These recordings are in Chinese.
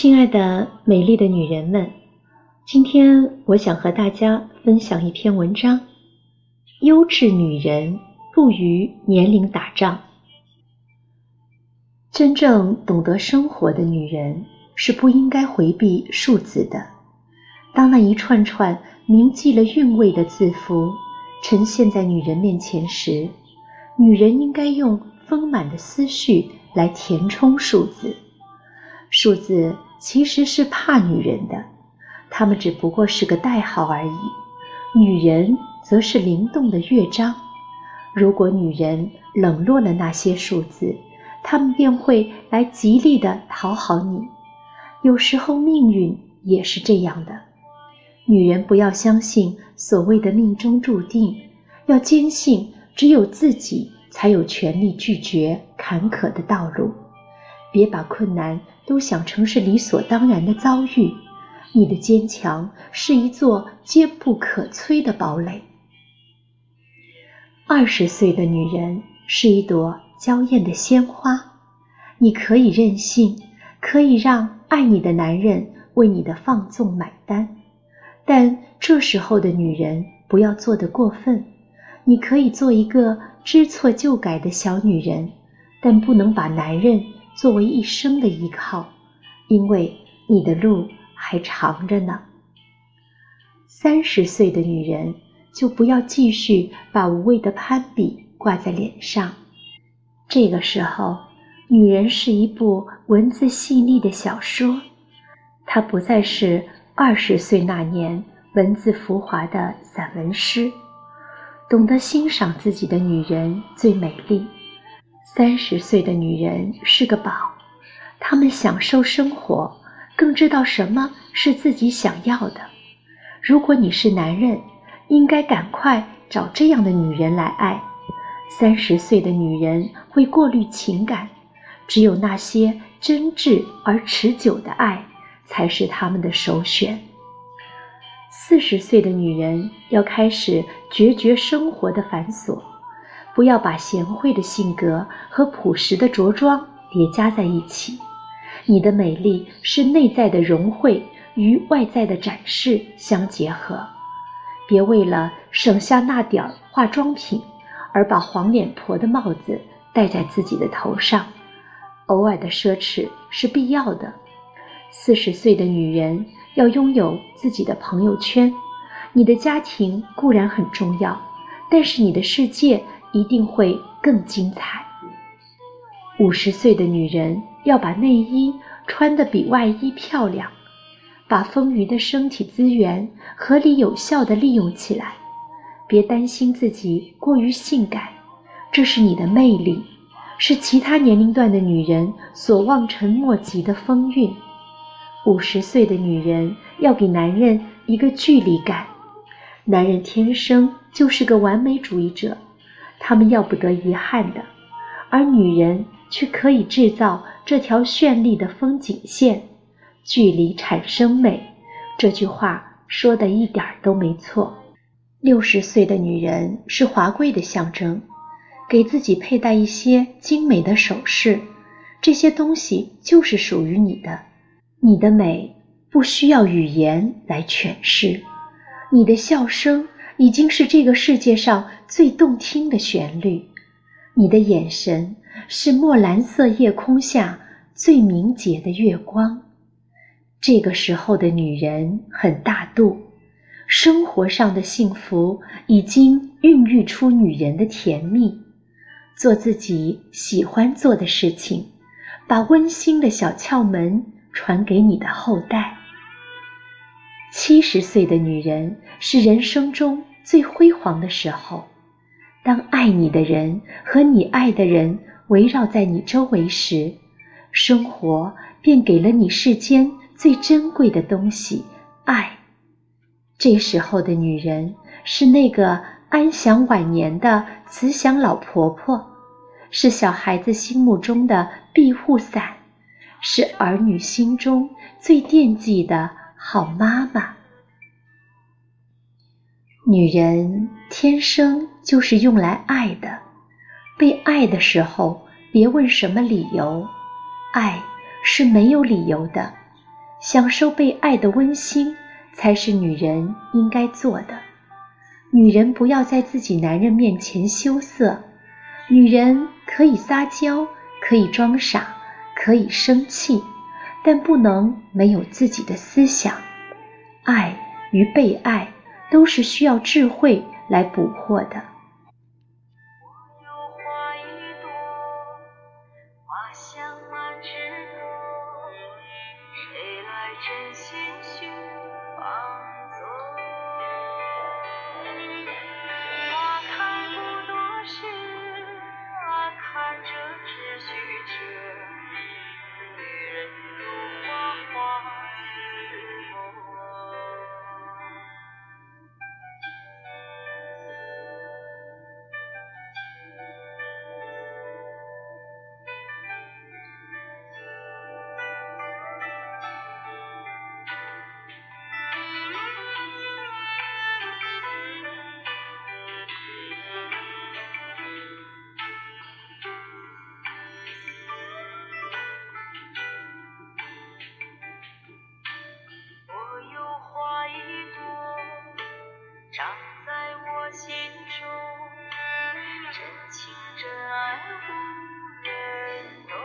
亲爱的美丽的女人们，今天我想和大家分享一篇文章：优质女人不与年龄打仗。真正懂得生活的女人是不应该回避数字的。当那一串串铭记了韵味的字符呈现在女人面前时，女人应该用丰满的思绪来填充数字。数字其实是怕女人的，它们只不过是个代号而已。女人则是灵动的乐章。如果女人冷落了那些数字，她们便会来极力地讨好你。有时候命运也是这样的。女人不要相信所谓的命中注定，要坚信只有自己才有权利拒绝坎坷的道路。别把困难都想成是理所当然的遭遇，你的坚强是一座坚不可摧的堡垒。20岁的女人是一朵娇艳的鲜花，你可以任性，可以让爱你的男人为你的放纵买单，但这时候的女人不要做得过分。你可以做一个知错就改的小女人，但不能把男人作为一生的依靠，因为你的路还长着呢。30岁的女人就不要继续把无谓的攀比挂在脸上。这个时候，女人是一部文字细腻的小说，她不再是20岁那年文字浮华的散文诗。懂得欣赏自己的女人最美丽。30岁的女人是个宝，她们享受生活，更知道什么是自己想要的。如果你是男人，应该赶快找这样的女人来爱。30岁的女人会过滤情感，只有那些真挚而持久的爱才是她们的首选。40岁的女人要开始决绝生活的繁琐，不要把贤惠的性格和朴实的着装叠加在一起。你的美丽是内在的融汇与外在的展示相结合。别为了省下那点化妆品而把黄脸婆的帽子戴在自己的头上，偶尔的奢侈是必要的。40岁的女人要拥有自己的朋友圈。你的家庭固然很重要，但是你的世界一定会更精彩。50岁的女人要把内衣穿得比外衣漂亮，把丰腴的身体资源合理有效地利用起来。别担心自己过于性感，这是你的魅力，是其他年龄段的女人所望尘莫及的风韵。50岁的女人要给男人一个距离感。男人天生就是个完美主义者，他们要不得遗憾的，而女人却可以制造这条绚丽的风景线。距离产生美，这句话说的一点都没错。60岁的女人是华贵的象征，给自己佩戴一些精美的首饰，这些东西就是属于你的。你的美不需要语言来诠释，你的笑声已经是这个世界上最动听的旋律，你的眼神是墨蓝色夜空下最明洁的月光。这个时候的女人很大度，生活上的幸福已经孕育出女人的甜蜜。做自己喜欢做的事情，把温馨的小窍门传给你的后代。70岁的女人是人生中最辉煌的时候。当爱你的人和你爱的人围绕在你周围时，生活便给了你世间最珍贵的东西——爱。这时候的女人是那个安享晚年的慈祥老婆婆，是小孩子心目中的庇护伞，是儿女心中最惦记的好妈妈。女人天生就是用来爱的，被爱的时候别问什么理由，爱是没有理由的。 享受被爱的温馨，才是女人应该做的。女人不要在自己男人面前羞涩，女人可以撒娇，可以装傻，可以生气，但不能没有自己的思想。爱与被爱都是需要智慧来捕获的。 我有花一朵，花香满枝头，谁来真心寻放纵？花开不多时，看着只须折，女人如花，花似梦。我有花一朵，长在我心中，真情真爱无人懂。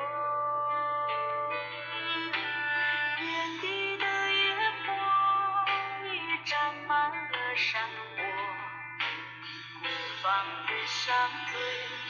眼底的野火已沾满了山坡，孤芳自赏醉。